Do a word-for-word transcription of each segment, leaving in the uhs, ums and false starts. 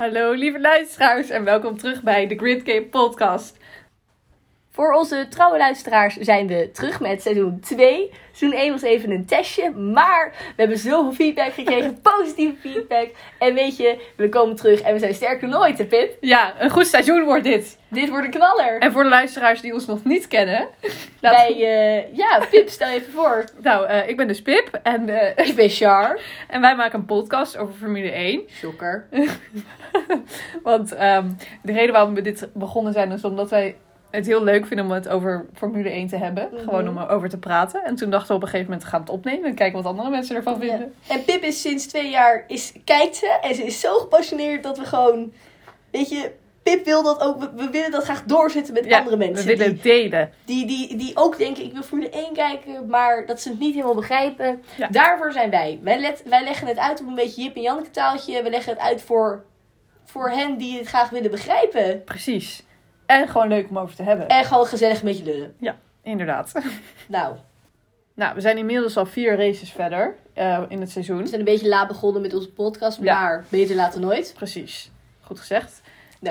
Hallo lieve luisteraars en welkom terug bij de Grid Game Podcast. Voor onze trouwe luisteraars zijn we terug met seizoen twee. Seizoen één was even een testje, maar we hebben zoveel feedback gekregen, positieve feedback. En weet je, we komen terug en we zijn sterker dan ooit, hè Pip? Ja, een goed seizoen wordt dit. Dit wordt een knaller. En voor de luisteraars die ons nog niet kennen. Wij, uh, ja, Pip, stel even voor. Nou, uh, ik ben dus Pip en uh, ik ben Char. En wij maken een podcast over Formule één. Shocker. Want um, de reden waarom we dit begonnen zijn is omdat wij het heel leuk vinden om het over Formule één te hebben. Mm-hmm. Gewoon om erover te praten. En toen dachten we op een gegeven moment, we gaan het opnemen en kijken wat andere mensen ervan vinden. Ja. En Pip is sinds twee jaar, is, kijkt ze en ze is zo gepassioneerd dat we gewoon, weet je, Pip wil dat ook, we, we willen dat graag doorzetten met ja, andere mensen. we willen die, delen. Die, die, die ook denken, ik wil Formule één kijken, maar dat ze het niet helemaal begrijpen. Ja. Daarvoor zijn wij. Wij, let, wij leggen het uit op een beetje Jip en Janneke taaltje. We leggen het uit voor, voor hen die het graag willen begrijpen. Precies. En gewoon leuk om over te hebben. En gewoon gezellig met je lullen. Ja, inderdaad. Nou. Nou, we zijn inmiddels al vier races verder uh, in het seizoen. We zijn een beetje laat begonnen met onze podcast, ja. maar beter later nooit. Precies. Goed gezegd.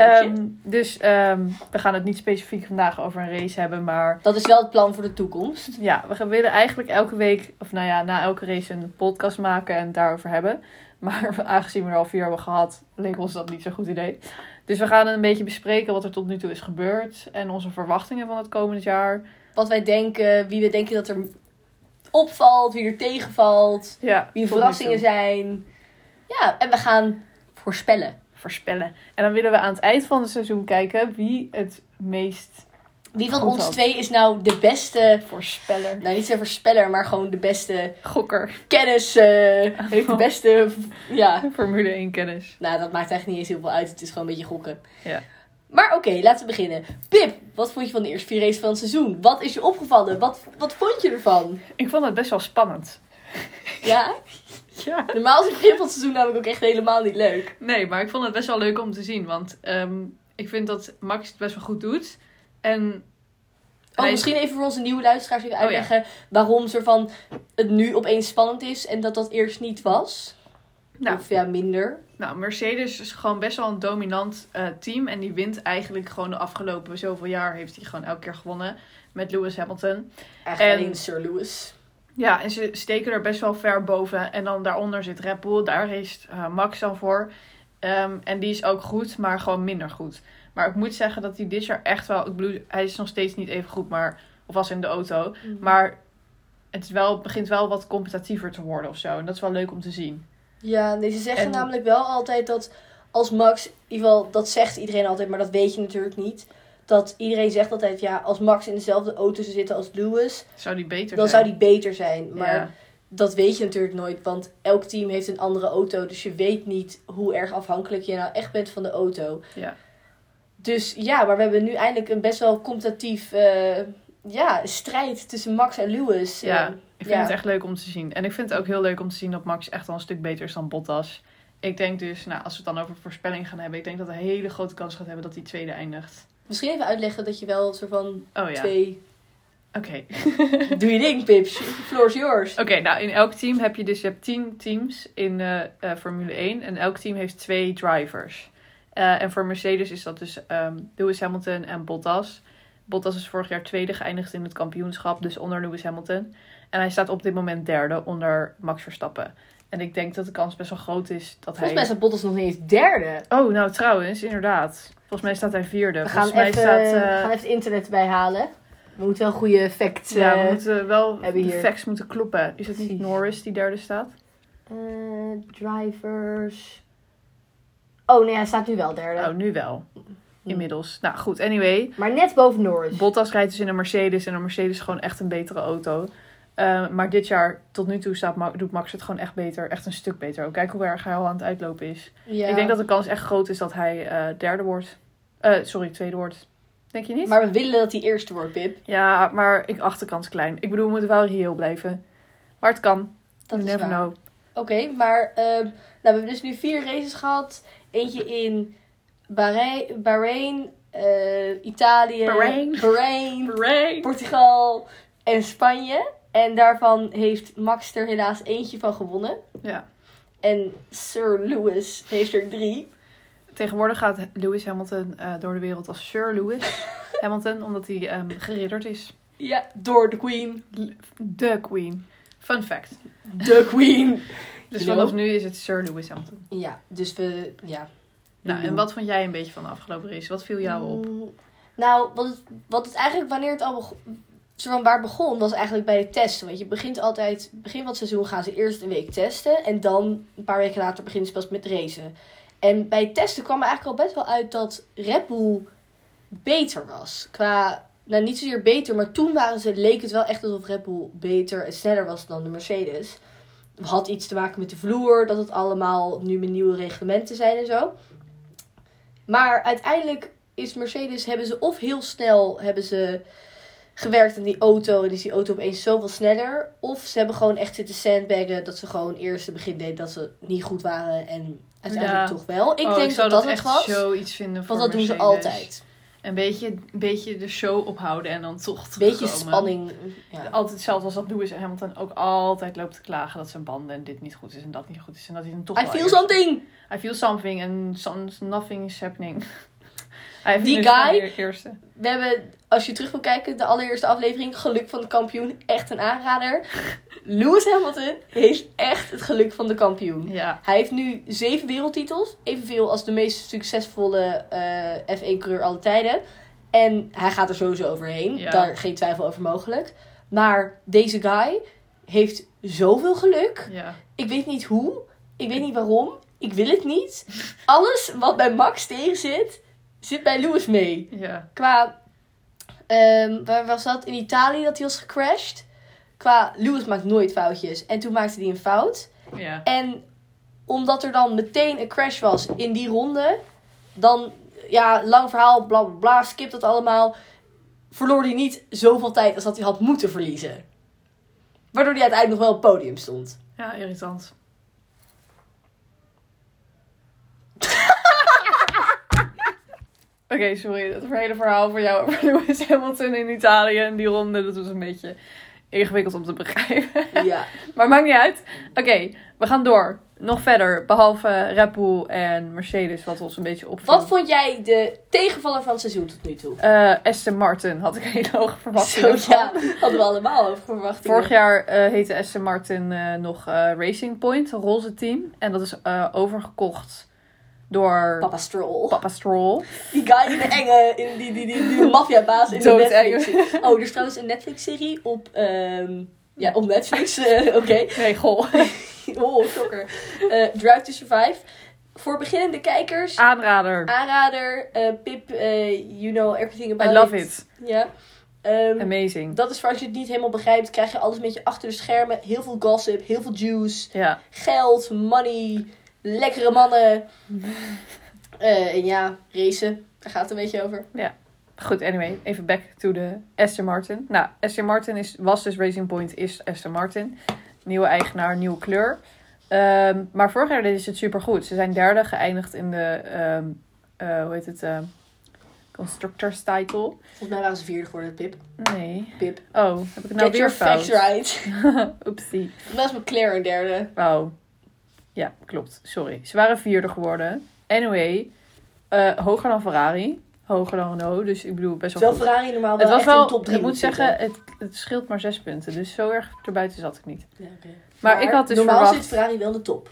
Um, dus um, we gaan het niet specifiek vandaag over een race hebben, maar dat is wel het plan voor de toekomst. Ja, we willen eigenlijk elke week, of nou ja, na elke race een podcast maken en het daarover hebben. Maar aangezien we er al vier hebben gehad, leek ons dat niet zo'n goed idee. Dus we gaan een beetje bespreken wat er tot nu toe is gebeurd en onze verwachtingen van het komend jaar. Wat wij denken, wie we denken dat er opvalt, wie er tegenvalt, ja, wie de verrassingen zijn. Ja, en we gaan voorspellen. Voorspellen. En dan willen we aan het eind van het seizoen kijken wie het meest... Wie van ons had. twee is nou de beste... Voorspeller. Nou, niet zo voorspeller, maar gewoon de beste... Gokker. Kennis. Uh, heeft de beste... Ja. Formule één kennis. Nou, dat maakt eigenlijk niet eens heel veel uit. Het is gewoon een beetje gokken. Ja. Maar oké, okay, laten we beginnen. Pip, wat vond je van de eerste vier races van het seizoen? Wat is je opgevallen? Wat, wat vond je ervan? Ik vond het best wel spannend. Ja? Ja. Normaal is het begin van het seizoen namelijk ook echt helemaal niet leuk. Nee, maar ik vond het best wel leuk om te zien. Want um, ik vind dat Max het best wel goed doet. En oh, hij... misschien even voor onze nieuwe luisteraars even uitleggen... Oh, ja. waarom soort van het nu opeens spannend is... en dat dat eerst niet was. Nou, of ja, minder. Nou, Mercedes is gewoon best wel een dominant uh, team. En die wint eigenlijk gewoon de afgelopen zoveel jaar... heeft hij gewoon elke keer gewonnen met Lewis Hamilton. Eigenlijk alleen Sir Lewis. Ja, en ze steken er best wel ver boven. En dan daaronder zit Red Bull. Daar is uh, Max dan voor. Um, en die is ook goed, maar gewoon minder goed. Maar ik moet zeggen dat hij dit jaar echt wel... Ik bedoel, hij is nog steeds niet even goed, maar... Of was in de auto. Mm-hmm. Maar het, is wel, het begint wel wat competitiever te worden of zo. En dat is wel leuk om te zien. Ja, nee, ze zeggen en... namelijk wel altijd dat als Max... In ieder geval, dat zegt iedereen altijd, maar dat weet je natuurlijk niet... Dat iedereen zegt altijd, ja, als Max in dezelfde auto zou zitten als Lewis... Zou die beter dan zijn. zou die beter zijn. Maar ja. dat weet je natuurlijk nooit. Want elk team heeft een andere auto. Dus je weet niet hoe erg afhankelijk je nou echt bent van de auto. Ja. Dus ja, maar we hebben nu eindelijk een best wel competitief uh, ja, strijd tussen Max en Lewis. Ja, uh, ik vind ja. het echt leuk om te zien. En ik vind het ook heel leuk om te zien dat Max echt wel een stuk beter is dan Bottas. Ik denk dus, nou, als we het dan over voorspelling gaan hebben... Ik denk dat hij een hele grote kans gaat hebben dat hij tweede eindigt. Misschien even uitleggen dat je wel soort van oh, ja. twee... Oké. Okay. Doe je ding, Pips. Floor is yours. Oké, okay, nou in elk team heb je dus je hebt tien teams in uh, uh, Formule één. En elk team heeft twee drivers. Uh, en voor Mercedes is dat dus um, Lewis Hamilton en Bottas. Bottas is vorig jaar tweede geëindigd in het kampioenschap. Dus onder Lewis Hamilton. En hij staat op dit moment derde onder Max Verstappen. En ik denk dat de kans best wel groot is dat Volgens hij... Volgens mij staat Bottas nog niet eens derde. Oh, nou trouwens, inderdaad. Volgens mij staat hij vierde. We gaan, Volgens even, mij staat, uh... gaan even het internet bijhalen. We moeten wel goede facts Ja, uh, we moeten wel de hier. facts moeten kloppen. Is het niet Norris die derde staat? Uh, drivers... Oh nee, hij staat nu wel derde. Oh, nu wel. Inmiddels. Nou goed, anyway. Maar net boven Norris. Bottas rijdt dus in een Mercedes. En een Mercedes is gewoon echt een betere auto. Uh, maar dit jaar, tot nu toe, staat Ma- doet Max het gewoon echt beter. Echt een stuk beter. Kijk hoe erg hij al aan het uitlopen is. Ja. Ik denk dat de kans echt groot is dat hij uh, derde wordt. Uh, sorry, tweede wordt. Denk je niet? Maar we willen dat hij eerste wordt, Pip. Ja, maar ik acht de kans klein. Ik bedoel, we moeten wel reëel blijven. Maar het kan. Dat you is never waar. know. Oké, okay, maar uh, nou, we hebben dus nu vier races gehad. Eentje in Bahrein, Bahrein uh, Italië, Bahrein. Bahrein, Bahrein, Portugal en Spanje. En daarvan heeft Max er helaas eentje van gewonnen. Ja. En Sir Lewis heeft er drie. Tegenwoordig gaat Lewis Hamilton uh, door de wereld als Sir Lewis Hamilton, omdat hij um, geridderd is. Ja, door de Queen. De Queen. Fun fact. De Queen. Dus vanaf nu is het Sir Lewis Hamilton. Ja, dus we, ja. Nou, en wat vond jij een beetje van de afgelopen race? Wat viel jou op? Mm, nou, wat het, wat het eigenlijk, wanneer het al begon, van waar het begon, was eigenlijk bij het testen. Want je begint altijd, begin van het seizoen gaan ze eerst een week testen. En dan, een paar weken later, beginnen ze pas met racen. En bij het testen kwam er eigenlijk al best wel uit dat Red Bull beter was. Qua, nou niet zozeer beter, maar toen waren ze, leek het wel echt alsof Red Bull beter en sneller was dan de Mercedes. Had iets te maken met de vloer, dat het allemaal nu met nieuwe reglementen zijn en zo. Maar uiteindelijk is Mercedes, hebben ze of heel snel hebben ze gewerkt aan die auto en is die auto opeens zoveel sneller. Of ze hebben gewoon echt zitten sandbaggen dat ze gewoon eerst in het begin deden dat ze niet goed waren en uiteindelijk ja. toch wel. Ik oh, denk ik zou dat dat, dat echt het was. zoiets vinden voor Want dat Mercedes. doen ze altijd. Een beetje, een beetje de show ophouden en dan toch Beetje terugkomen. spanning. Ja. Altijd hetzelfde als dat Lewis Hamilton ook altijd loopt te klagen dat zijn banden en dit niet goed is en dat niet goed is. En dat hij dan toch I wel feel eerst- something! I feel something and some, nothing is happening. Hij Die finisht guy- de eerste. We hebben, als je terug wil kijken, de allereerste aflevering, Geluk van de Kampioen, echt een aanrader. Lewis Hamilton heeft echt het geluk van de kampioen. Ja. Hij heeft nu zeven wereldtitels, evenveel als de meest succesvolle uh, F één coureur aller tijden. En hij gaat er sowieso overheen, Ja. daar geen twijfel over mogelijk. Maar deze guy heeft zoveel geluk. Ja. Ik weet niet hoe, ik weet niet waarom, ik wil het niet. Alles wat bij Max tegen zit, zit bij Lewis mee. Ja. Qua, um, waar was dat? In Italië dat hij was gecrashed. Qua, Lewis maakt nooit foutjes. En toen maakte hij een fout. Ja. En omdat er dan meteen een crash was in die ronde, dan, ja, lang verhaal, bla bla bla, skip dat allemaal. Verloor hij niet zoveel tijd als dat hij had moeten verliezen. Waardoor hij uiteindelijk nog wel op het podium stond. Ja, irritant. Oké, okay, sorry. Het hele verhaal voor jou over Lewis Hamilton in Italië en die ronde, dat was een beetje ingewikkeld om te begrijpen. Ja. Maar maakt niet uit. Oké, okay, we gaan door. Nog verder, behalve Red Bull en Mercedes, wat ons een beetje opviel. Wat vond jij de tegenvaller van het seizoen tot nu toe? Uh, Aston Martin had ik hele hoge verwachtingen Zo, ja, hadden we allemaal over verwachtingen. Vorig jaar uh, heette Aston Martin uh, nog uh, Racing Point, een roze team. En dat is uh, overgekocht door Papa Stroll. Papa Stroll. Die guy in de enge, in die, die, die, die maffiabaas in de Netflix. Oh, er is trouwens een Netflix-serie op, um, ja, op Netflix. Uh, Oké. Okay. Nee, goh. oh, shocker. Uh, Drive to Survive. Voor beginnende kijkers. Aanrader. Aanrader. Uh, Pip, uh, you know everything about I love it. it. Ja. Um, Amazing. Dat is voor als je het niet helemaal begrijpt. Krijg je alles een beetje achter de schermen. Heel veel gossip. Heel veel juice. Ja. Geld. Money. Lekkere mannen. Uh, en ja, racen. Daar gaat het een beetje over. Ja. Goed, anyway. Even back to de Aston Martin. Nou, Aston Martin is, was dus Racing Point, is Aston Martin. Nieuwe eigenaar, nieuwe kleur. Um, maar vorig jaar deden ze het supergoed. Ze zijn derde geëindigd in de, um, uh, hoe heet het, uh, Constructors title. Volgens mij waren ze vierde geworden, Pip. Nee. Pip. Oh, heb ik het nou Get weer your fout? facts right. Oepsie. Dat was McLaren derde. Oh. Ja, klopt. Sorry. Ze waren vierde geworden. Anyway, uh, hoger dan Ferrari. Hoger dan Renault. Dus ik bedoel, best wel Terwijl goed. Ferrari normaal wel Het was echt in wel, de top drie ik moet zitten. zeggen, het, het scheelt maar zes punten. Dus zo erg erbuiten zat ik niet. Ja, okay. Maar, maar ik had dus normaal verwacht... zit Ferrari wel in de top.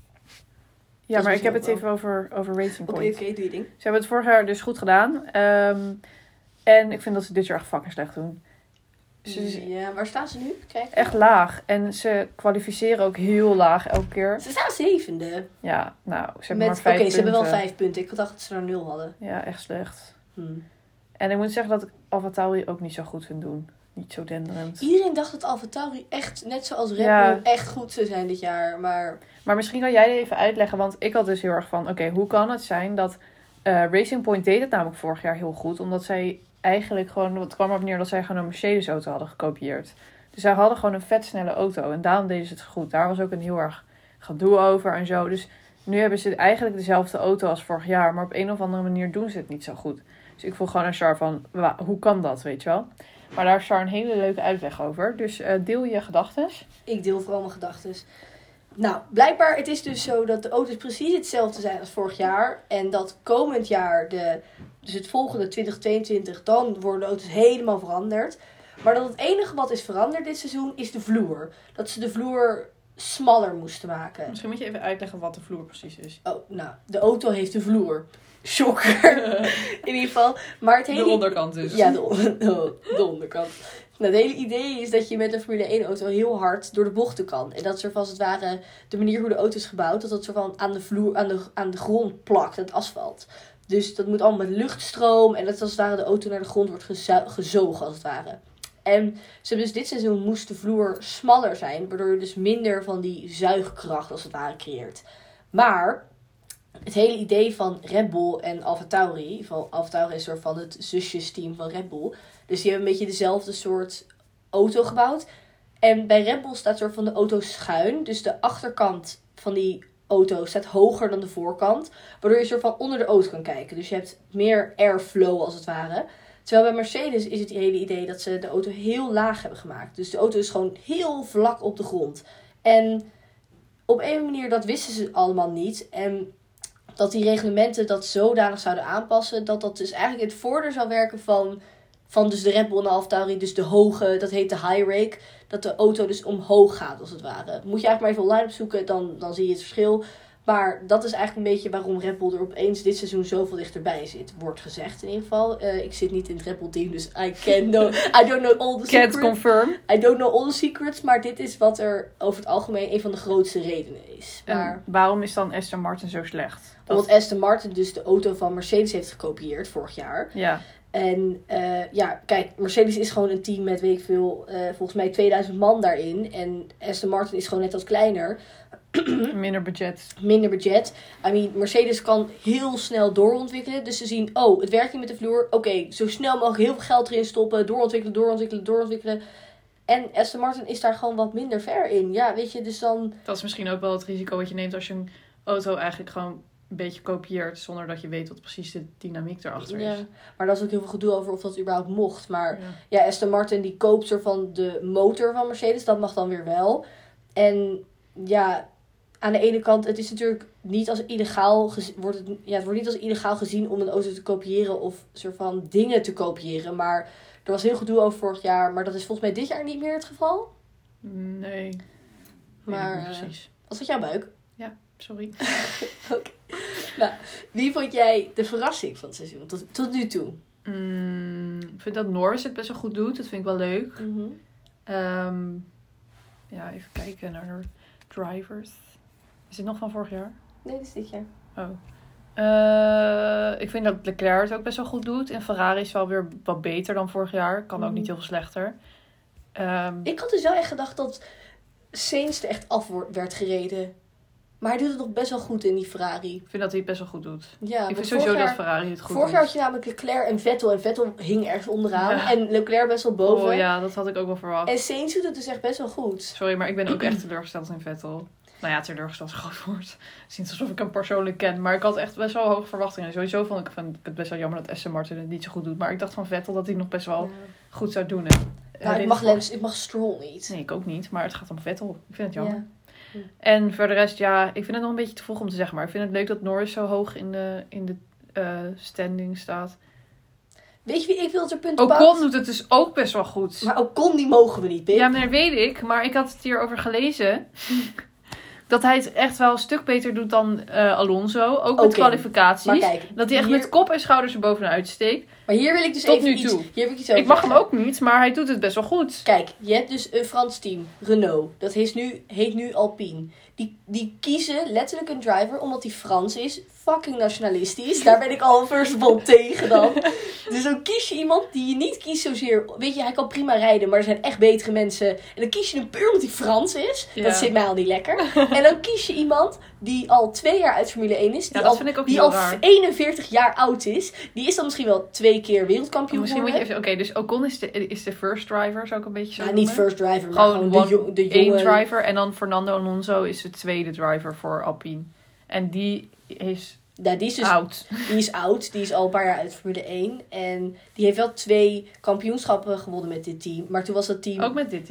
Ja, Dat maar is ik heb het wel. even over, over Racing Oké, Point. oké, doe je ding. Ze hebben het vorig jaar dus goed gedaan. Um, en ik vind dat ze dit jaar echt fucking slecht doen. Ze, Ja, waar staan ze nu? Kijk. echt laag. En ze kwalificeren ook heel laag elke keer. Ze staan zevende. Ja, nou, ze hebben Met, maar vijf Oké, punten. ze hebben wel vijf punten. Ik dacht dat ze er nul hadden. Ja, echt slecht. Hmm. En ik moet zeggen dat ik AlphaTauri ook niet zo goed vind doen. Niet zo denderend. Iedereen dacht dat AlphaTauri echt, net zoals Red Bull, Ja. echt goed zou zijn dit jaar. Maar Maar misschien kan jij dit even uitleggen. Want ik had dus heel erg van... Oké, okay, hoe kan het zijn dat... Uh, Racing Point deed het namelijk vorig jaar heel goed. Omdat zij eigenlijk gewoon... Het kwam erop neer dat zij gewoon een Mercedes-auto hadden gekopieerd. Dus zij hadden gewoon een vet snelle auto. En daarom deden ze het goed. Daar was ook een heel erg gedoe over en zo. Dus nu hebben ze eigenlijk dezelfde auto als vorig jaar. Maar op een of andere manier doen ze het niet zo goed. Dus ik vroeg gewoon aan Char van... Hoe kan dat, weet je wel? Maar daar is Char een hele leuke uitleg over. Dus uh, deel je gedachten. ik deel vooral mijn gedachten. Nou, blijkbaar, het is dus zo dat de auto's precies hetzelfde zijn als vorig jaar. En dat komend jaar, de, dus het volgende twintig tweeëntwintig, dan worden de auto's helemaal veranderd. Maar dat het enige wat is veranderd dit seizoen is de vloer. Dat ze de vloer smaller moesten maken. Misschien moet je even uitleggen wat de vloer precies is. Oh, nou, de auto heeft een vloer. Shocker. In ieder geval. Maar het hele... De onderkant dus. Ja, de, on- de onderkant. Nou, het hele idee is dat je met een Formule één auto heel hard door de bochten kan. En dat is er als het ware de manier hoe de auto is gebouwd. Dat dat zo van aan de vloer, aan de, aan de grond plakt, het asfalt. Dus dat moet allemaal met luchtstroom. En dat als het ware de auto naar de grond wordt gezo- gezogen als het ware. En ze hebben dus dit seizoen moest de vloer smaller zijn. Waardoor je dus minder van die zuigkracht als het ware creëert. Maar het hele idee van Red Bull en AlphaTauri. Van AlphaTauri is een soort van het zusjesteam van Red Bull. Dus die hebben een beetje dezelfde soort auto gebouwd. En bij Red Bull staat soort van de auto schuin. Dus de achterkant van die auto staat hoger dan de voorkant. Waardoor je soort van onder de auto kan kijken. Dus je hebt meer airflow als het ware. Terwijl bij Mercedes is het hele idee dat ze de auto heel laag hebben gemaakt. Dus de auto is gewoon heel vlak op de grond. En op een manier, dat wisten ze allemaal niet. En dat die reglementen dat zodanig zouden aanpassen. Dat dat dus eigenlijk in het voordeel zou werken van, van dus de Red Bull en de AlphaTauri. Dus de hoge, dat heet de high rake. Dat de auto dus omhoog gaat als het ware. Moet je eigenlijk maar even online opzoeken, dan, dan zie je het verschil. Maar dat is eigenlijk een beetje waarom Red Bull er opeens dit seizoen zoveel dichterbij zit. Wordt gezegd in ieder geval. Uh, ik zit niet in het Red Bull team, dus I, can know, I don't know all the Can't secrets. confirm. I don't know all the secrets. Maar dit is wat er over het algemeen een van de grootste redenen is. Maar En waarom is dan Aston Martin zo slecht? Dat... omdat Aston Martin dus de auto van Mercedes heeft gekopieerd vorig jaar. Ja. En uh, ja, kijk, Mercedes is gewoon een team met, weet ik veel, uh, volgens mij tweeduizend man daarin. En Aston Martin is gewoon net wat kleiner. Minder budget. Minder budget. I mean, Mercedes kan heel snel doorontwikkelen. Dus ze zien, oh, het werkt niet met de vloer. Oké, okay, zo snel mogelijk heel veel geld erin stoppen. Doorontwikkelen, doorontwikkelen, doorontwikkelen. En Aston Martin is daar gewoon wat minder ver in. Ja, weet je, dus dan... Dat is misschien ook wel het risico wat je neemt als je een auto eigenlijk gewoon een beetje kopieert. Zonder dat je weet wat precies de dynamiek erachter Ja, is. maar daar is ook heel veel gedoe over of dat überhaupt mocht. Maar Ja. ja, Aston Martin die koopt soort van de motor van Mercedes. Dat mag dan weer wel. En ja, aan de ene kant, het is natuurlijk niet als illegaal gezi- wordt het, ja, het wordt niet als illegaal gezien om een auto te kopiëren of soort van dingen te kopiëren. Maar er was heel gedoe over vorig jaar, maar dat is volgens mij dit jaar niet meer het geval. Nee. Maar Weet ik niet uh, precies. was dat jouw buik? Sorry. Oké. Nou, wie vond jij de verrassing van het seizoen tot, tot nu toe? Mm, ik vind dat Norris het best wel goed doet. Dat vind ik wel leuk. Mm-hmm. Um, ja, even kijken naar de drivers. Is dit nog van vorig jaar? Nee, dat is dit jaar. Oh. Uh, ik vind dat Leclerc het ook best wel goed doet. En Ferrari is wel weer wat beter dan vorig jaar. Kan ook Mm-hmm. niet heel veel slechter. Um, Ik had dus wel echt gedacht dat Sainz er echt af wordt- werd gereden. Maar hij doet het nog best wel goed in die Ferrari. ik vind dat hij het best wel goed doet. Ja, ik want vind sowieso vorig dat jaar, Ferrari het goed vorig doet. jaar had je namelijk Leclerc en Vettel. En Vettel hing ergens onderaan. Ja. En Leclerc best wel boven. Oh ja, dat had ik ook wel verwacht. En Sainz doet het dus echt best wel goed. Sorry, maar ik ben ook echt teleurgesteld in Vettel. Nou ja, teleurgesteld is een groot woord. Het is niet alsof ik hem persoonlijk ken. Maar ik had echt best wel hoge verwachtingen. Sowieso vond ik, vind ik het best wel jammer dat Aston Martin het niet zo goed doet. Maar ik dacht van Vettel dat hij nog best wel Ja. goed zou doen. En, Nou, uh, ik mag Lens, ik mag Stroll niet. Nee, ik ook niet. Maar het gaat om Vettel. Ik vind het jammer. Ja. En voor de rest, ja, ik vind het nog een beetje te vroeg om te zeggen. Maar ik vind het leuk dat Norris zo hoog in de, in de uh, standing staat. Weet je wie ik wil dat er punten Ocon pakt? doet het dus ook best wel goed. Maar Ocon die mogen we niet, Pip. Ja, maar dat weet ik. Maar ik had het hierover gelezen. Dat hij het echt wel een stuk beter doet dan uh, Alonso. Ook met Oké, kwalificaties. Maar kijk, Dat hij echt hier, met kop en schouders er bovenuit steekt. maar hier wil ik dus Tot even nu iets, toe. hier wil ik iets over Ik mag hem zeggen. ook niet, maar hij doet het best wel goed. Kijk, je hebt dus een Frans team, Renault. Dat heet nu, heet nu Alpine. Die, die kiezen letterlijk een driver omdat hij Frans is. Fucking nationalistisch. Daar ben ik al first of all tegen dan. Dus dan kies je iemand die je niet kiest zozeer... Weet je, hij kan prima rijden, maar er zijn echt betere mensen. En dan kies je hem puur omdat hij Frans is. Ja. Dat zit mij al niet lekker. En dan kies je iemand die al twee jaar uit Formule één is. Die Ja, dat al, vind ik ook die heel al raar. eenenveertig jaar oud is. Die is dan misschien wel twee keer wereldkampioen Misschien moet je geworden. even... Oké, dus Ocon is de, is de first driver, zou ik een beetje zo Ja, noemen. niet first driver, maar Gewoon gewoon, de, one- jo- de één jonge... driver. En dan Fernando Alonso is de tweede driver voor Alpine. En die is Ja, die is dus oud. Die is oud, die is al een paar jaar uit Formule één. En die heeft wel twee kampioenschappen gewonnen met dit team. Maar toen was dat team... Ook met dit team.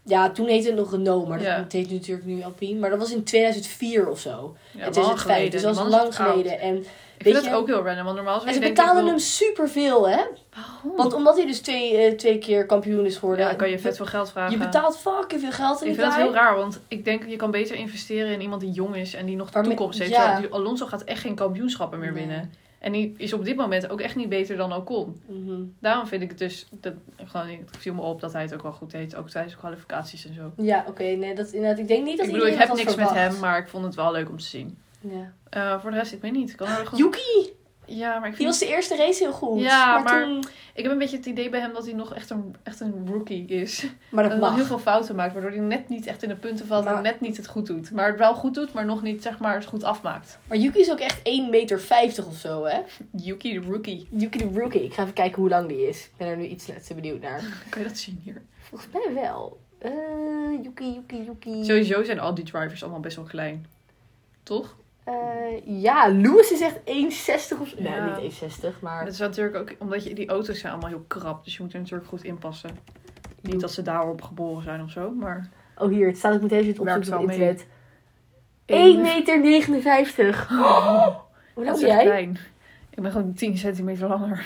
Ja, toen heette het nog Renault, maar Ja. dat heet natuurlijk nu Alpine. Maar dat was in tweeduizend vier of zo. Ja, en tweeduizend vijf, dus dat was lang geleden. En, Ik weet vind je, dat ook heel random, want normaal zou en je ze denken, betalen ik hem wil- superveel, hè? Waarom? Want omdat hij dus twee, eh, twee keer kampioen is geworden. Ja, dan kan je vet veel geld vragen. Je betaalt fucking veel geld in Ik die vind het guy. heel raar, want ik denk je kan beter investeren in iemand die jong is en die nog de Maar met- toekomst heeft. ja. Ja. Die- Alonso gaat echt geen kampioenschappen meer Nee. winnen. En die is op dit moment ook echt niet beter dan Ocon. Mhm. Daarom vind ik het dus, dat, gewoon, het viel me op dat hij het ook wel goed deed. Ook tijdens de kwalificaties en zo. Ja, oké. nee, dat inderdaad. Ik denk niet dat Ik bedoel, ik iedereen heb dat niks had met hem, verwacht. maar ik vond het wel leuk om te zien. Ja. Eh, voor de rest, ik weet niet. Ik kan er gewoon... Yuki! Ja, maar ik Die vind... was de eerste race heel goed. Ja, maar, maar- toen... Ik heb een beetje het idee bij hem dat hij nog echt een, echt een rookie is. Maar dat En dan mag. heel veel fouten maakt, waardoor hij net niet echt in de punten valt Maar- en net niet het goed doet. Maar het wel goed doet, maar nog niet, zeg maar, het goed afmaakt. Maar Yuki is ook echt één meter vijftig of zo, hè? Yuki, de rookie. Yuki de rookie. Ik ga even kijken hoe lang die is. Ik ben er nu iets net te benieuwd naar. Kan je dat zien hier? Volgens mij wel. Eh, Yuki, Yuki, Yuki. Sowieso zijn al die drivers allemaal best wel klein. Toch? Eh, ja, Lewis is echt één zestig of... Nee, Ja. niet één zestig, maar... Dat is natuurlijk ook omdat je, die auto's zijn allemaal heel krap. Dus je moet er natuurlijk goed inpassen. Niet dat ze daarop geboren zijn of zo, maar... Oh, hier. Het staat ook meteen het Werkt opzoeken op wel internet. Eén- één meter negenenvijftig. Oh, hoe Dat lang is ben echt jij? klein. Ik ben gewoon tien centimeter langer.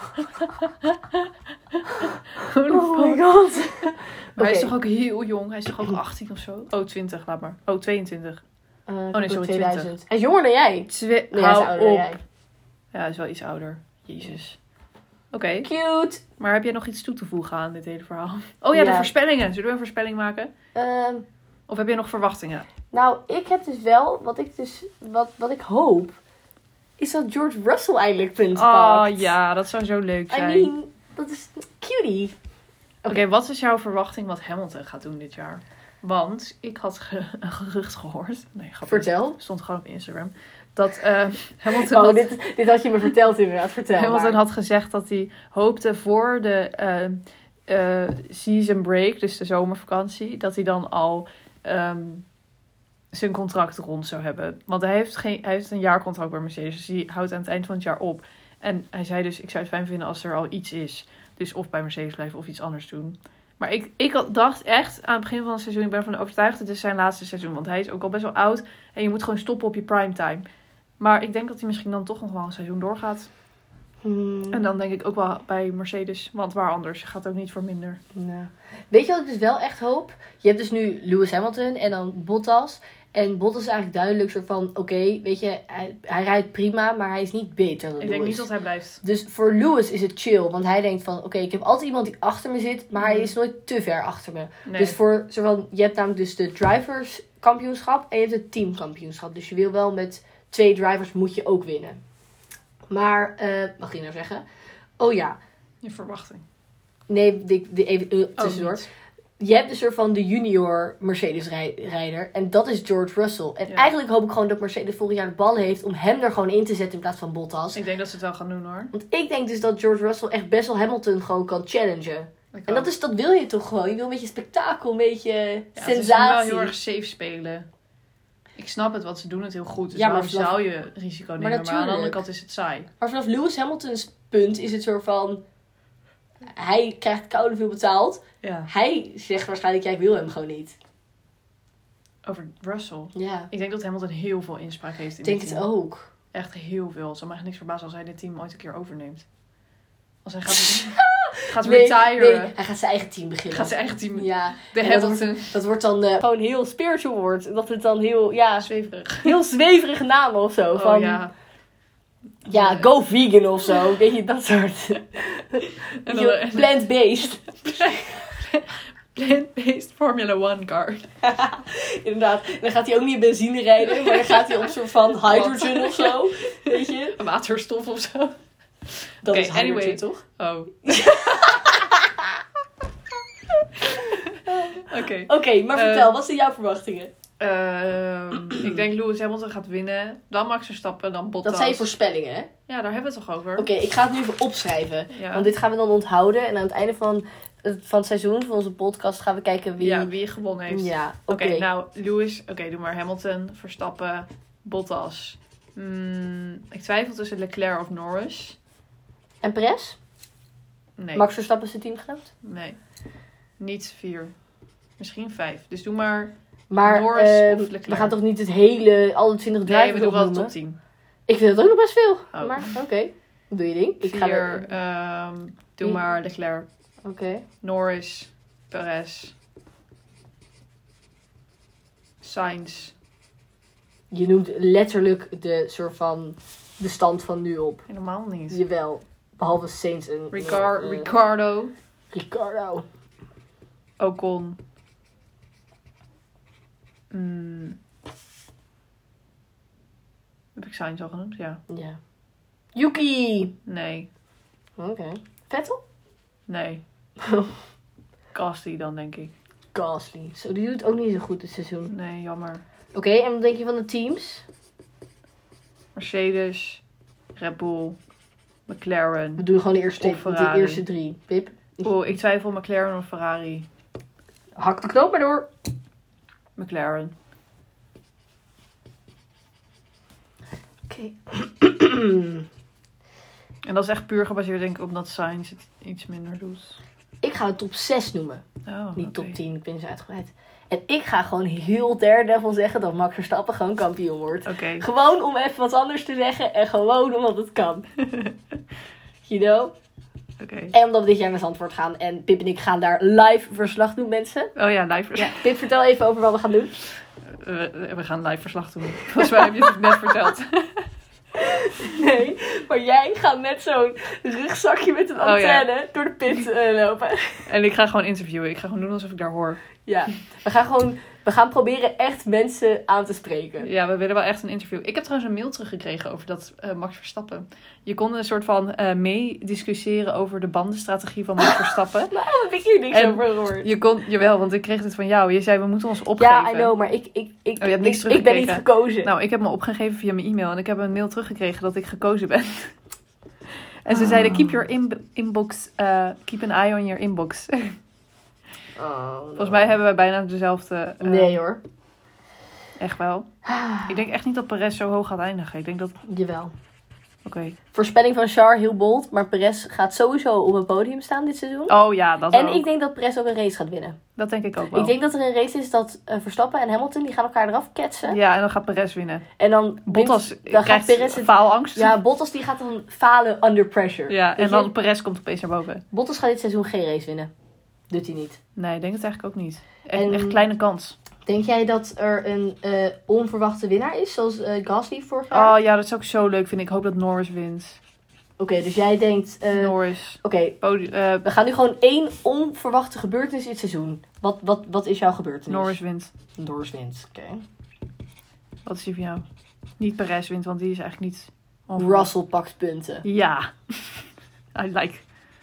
Holy Oh my fuck. god. Maar hij is Oké. toch ook heel jong? Hij is toch ook achttien of zo? Oh, twintig, laat maar. Oh, tweeëntwintig. Uh, nee, sorry, tweeduizend. Hij is jonger dan jij. Twee... Nee, hij is Hou ouder dan op. jij. Ja, hij is wel iets ouder. Jezus. Oké, Cute. maar heb jij nog iets toe te voegen aan dit hele verhaal? Oh ja, de Ja. voorspellingen. Zullen we een voorspelling maken? Ehm, Of heb jij nog verwachtingen? nou, ik heb dus wel... Wat ik dus... Wat, wat ik hoop... Is dat George Russell eindelijk punten Oh pakt. ja, dat zou zo leuk I zijn. mean... Dat is cutie. Oké, wat is jouw verwachting wat Hamilton gaat doen dit jaar? Want ik had ge- een gerucht gehoord. Nee, grapje. Vertel. Stond gewoon op Instagram. Dat eh, Hamilton, Oh, had, dit, dit had je me verteld inderdaad. Vertel Hamilton maar. had gezegd dat hij hoopte voor de eh, eh, season break, dus de zomervakantie, dat hij dan al ehm, zijn contract rond zou hebben. Want hij heeft, geen, hij heeft een jaarcontract bij Mercedes, dus die houdt aan het eind van het jaar op. En hij zei dus, ik zou het fijn vinden als er al iets is. Dus of bij Mercedes blijven of iets anders doen. Maar ik, ik had- dacht echt aan het begin van het seizoen, ik ben ervan overtuigd, het is zijn laatste seizoen. Want hij is ook al best wel oud en je moet gewoon stoppen op je primetime. Maar ik denk dat hij misschien dan toch nog wel een seizoen doorgaat. Hmm. En dan denk ik ook wel bij Mercedes, want waar anders? Je gaat ook niet voor minder. Nou. Weet je wat ik dus wel echt hoop? Je hebt dus nu Lewis Hamilton en dan Bottas. En Bottas is eigenlijk duidelijk soort van... Oké, weet je, hij, hij rijdt prima, maar hij is niet beter dan Ik Lewis. denk niet dat hij blijft. Dus voor Lewis is het chill. Want hij denkt van... Oké, ik heb altijd iemand die achter me zit. Maar hij Mhm. is nooit te ver achter me. Nee. Dus voor soort van... Je hebt namelijk dus de drivers kampioenschap. En je hebt het teamkampioenschap. Dus je wil wel met twee drivers moet je ook winnen. Maar, eh wat ging ik nou zeggen? Oh ja. Je verwachting. Nee, de, de, even uh, tussendoor. niet. Je hebt dus soort van de junior Mercedes-rijder. En dat is George Russell. En Ja. eigenlijk hoop ik gewoon dat Mercedes volgend jaar de bal heeft om hem er gewoon in te zetten in plaats van Bottas. Ik denk dat ze het wel gaan doen hoor. Want ik denk dus dat George Russell echt best wel Hamilton gewoon kan challengen. Ik En ook. dat, is, dat wil je toch gewoon? Je wil een beetje spektakel, een beetje Ja, het is sensatie. wel heel erg safe spelen. Ik snap het, want ze doen het heel goed. Dus Ja, maar waarom vanaf- zou je risico nemen? Maar, aan de natuurlijk. andere kant is het saai. Maar vanaf Lewis Hamilton's punt is het soort van... Hij krijgt koude veel betaald. Ja. Hij zegt waarschijnlijk, ja, ik wil hem gewoon niet. Over Russell. Ja, Ik denk dat Hamilton heel veel inspraak heeft in ik denk dit het team. ook. Echt heel veel. Het zou me echt niks verbazen als hij dit team ooit een keer overneemt. Als hij gaat, gaat Nee, retiren. nee, hij gaat zijn eigen team beginnen. Gaat zijn eigen team. Ja, De en dat Hamilton. dat wordt dan eh, gewoon heel spiritual wordt. Dat het dan heel, ja, Zweverig. heel zweverige namen of zo. Oh Van, ja. ja, go vegan of zo. Weet je, dat soort. En Weet je, dan- plant-based. Plant-based Formula One car. Inderdaad. En dan gaat hij ook niet benzine rijden. Maar dan gaat hij op soort van hydrogen of zo. Weet je. Waterstof of zo. Dat Oké, is hydrogen, anyway. toch? Oh. Oké. Oké, maar Eh, vertel. Wat zijn jouw verwachtingen? Ehm, ik denk Lewis Hamilton gaat winnen. Dan Max Verstappen, dan Bottas. Dat zijn je voorspellingen, hè? Ja, daar hebben we het toch over? Oké, ik ga het nu even opschrijven. Ja. Want dit gaan we dan onthouden. En aan het einde van het, van het seizoen, van onze podcast, gaan we kijken wie... Ja, wie gewonnen heeft. Ja, Oké, oké. nou, Lewis. Oké, doe maar Hamilton, Verstappen, Bottas. Hmm, ik twijfel tussen Leclerc of Norris. En Perez? Nee. Max Verstappen is de teamgenoot? Nee. Niet vier. Misschien vijf. Dus doe maar... Maar Norris uh, of Leclerc. we gaan toch niet het hele, alle twintig Nee, drivers we doen wel de opnoemen? top tien. Ik vind het ook nog best veel. Oh. Maar oké, okay. Doe je ding. Ik Vier, ga er... um, doe Wie? maar Leclerc. Oké. Okay. Norris. Perez. Sainz. Je noemt letterlijk de soort van de stand van nu op. Helemaal niet. Jawel. Behalve Saints en... Ricar- uh, Ricardo. Ricardo. Ocon. Mm. Heb ik Sainz al genoemd? Ja. Ja. Yuki. Nee. Oké. Okay. Vettel? Nee. Gasly dan, denk ik. Gasly. Zo, die doet ook niet zo goed dit seizoen. Nee, jammer. Oké, okay, en wat denk je van de teams? Mercedes. Red Bull. McLaren. We doen gewoon de eerste, Of de Ferrari. eerste drie. Pip? Oh, ik twijfel McLaren of Ferrari. Hak de knoop maar door. McLaren. Oké. Okay. En dat is echt puur gebaseerd, denk ik, op dat Sainz het iets minder doet. Ik ga de top zes noemen. Oh, Niet okay. top tien, ik ben zo uitgebreid. En ik ga gewoon heel Daredevil zeggen dat Max Verstappen gewoon kampioen wordt. Oké. Okay. Gewoon om even wat anders te zeggen en gewoon omdat het kan. You know? Oké. Okay. En omdat we dit jaar naar Zandvoort gaan en Pip en ik gaan daar live verslag doen, mensen. Oh ja, live verslag. Ja, Pip, vertel even over wat we gaan doen. We, we gaan live verslag doen. Volgens mij heb je het net verteld. Nee, maar jij gaat met zo'n rugzakje met een antenne oh, ja. door de pit uh, lopen. En ik ga gewoon interviewen. Ik ga gewoon doen alsof ik daar hoor. Ja, we gaan gewoon... We gaan proberen echt mensen aan te spreken. Ja, we willen wel echt een interview. Ik heb trouwens een mail teruggekregen over dat uh, Max Verstappen. Je kon een soort van uh, meediscussiëren over de bandenstrategie van Max Verstappen. Nou, daar heb ik hier niks en over gehoord. Je kon, jawel, want ik kreeg dit van jou. Je zei, we moeten ons opgeven. Ja, I know, maar ik, ik, ik, oh, je hebt niks ik, ik ben niet gekozen. Nou, ik heb me opgegeven via mijn e-mail. En ik heb een mail teruggekregen dat ik gekozen ben. En ze oh. zeiden, keep your in- inbox, uh, keep an eye on your inbox. Oh, no. Volgens mij hebben wij bijna dezelfde... Uh, nee hoor. Echt wel. Ik denk echt niet dat Perez zo hoog gaat eindigen. Ik denk dat... Jawel. Oké. Okay. Voorspelling van Char, heel bold. Maar Perez gaat sowieso op het podium staan dit seizoen. Oh ja, dat En ook. ik denk dat Perez ook een race gaat winnen. Dat denk ik ook wel. Ik denk dat er een race is dat uh, Verstappen en Hamilton, die gaan elkaar eraf ketsen. Ja, en dan gaat Perez winnen. En dan... Bottas dan krijgt gaat Perez het... faalangst. Ja, Bottas die gaat dan falen under pressure. Ja, Weet en dan je? Perez komt opeens naar boven. Bottas gaat dit seizoen geen race winnen. Doet hij niet. Nee, ik denk het eigenlijk ook niet. Echt, En... echt kleine kans. Denk jij dat er een uh, onverwachte winnaar is, zoals uh, Gasly vorig jaar? Oh ja, dat is ook zo leuk, vind ik. Ik hoop dat Norris wint. Oké, okay, dus jij denkt... Uh, Norris. Oké, okay. Podi- uh, we gaan nu gewoon één onverwachte gebeurtenis dit seizoen. Wat, wat, wat is jouw gebeurtenis? Norris wint. Norris wint, oké. Okay. Wat is die van jou? Niet Perez wint, want die is eigenlijk niet... onverwacht. Russell pakt punten. Ja. I like.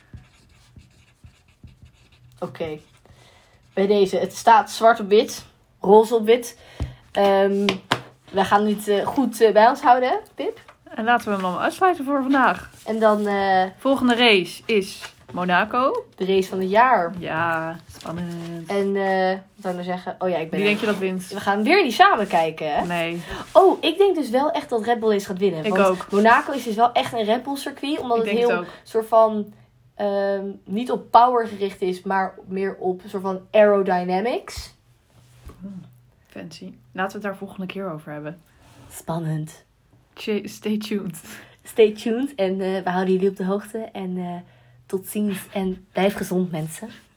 Oké. Okay. Bij deze, het staat zwart op wit. Roze op wit. Um, we gaan dit uh, goed uh, bij ons houden, Pip. En laten we hem dan uitsluiten voor vandaag. En dan... Uh, Volgende race is Monaco. De race van het jaar. Ja, spannend. En uh, wat zou ik nou zeggen? Oh ja, ik ben... Wie denk je dat wint? We gaan weer niet samen kijken, hè? Nee. Oh, ik denk dus wel echt dat Red Bull eens gaat winnen. Ik want ook. Monaco is dus wel echt een Red Bull circuit. Omdat Ik het denk heel het ook. soort van... Um, niet op power gericht is, maar meer op een soort van aerodynamics. Hmm, fancy. Laten we het daar volgende keer over hebben. Spannend. Ch- stay tuned. Stay tuned en uh, we houden jullie op de hoogte. En uh, tot ziens en blijf gezond, mensen.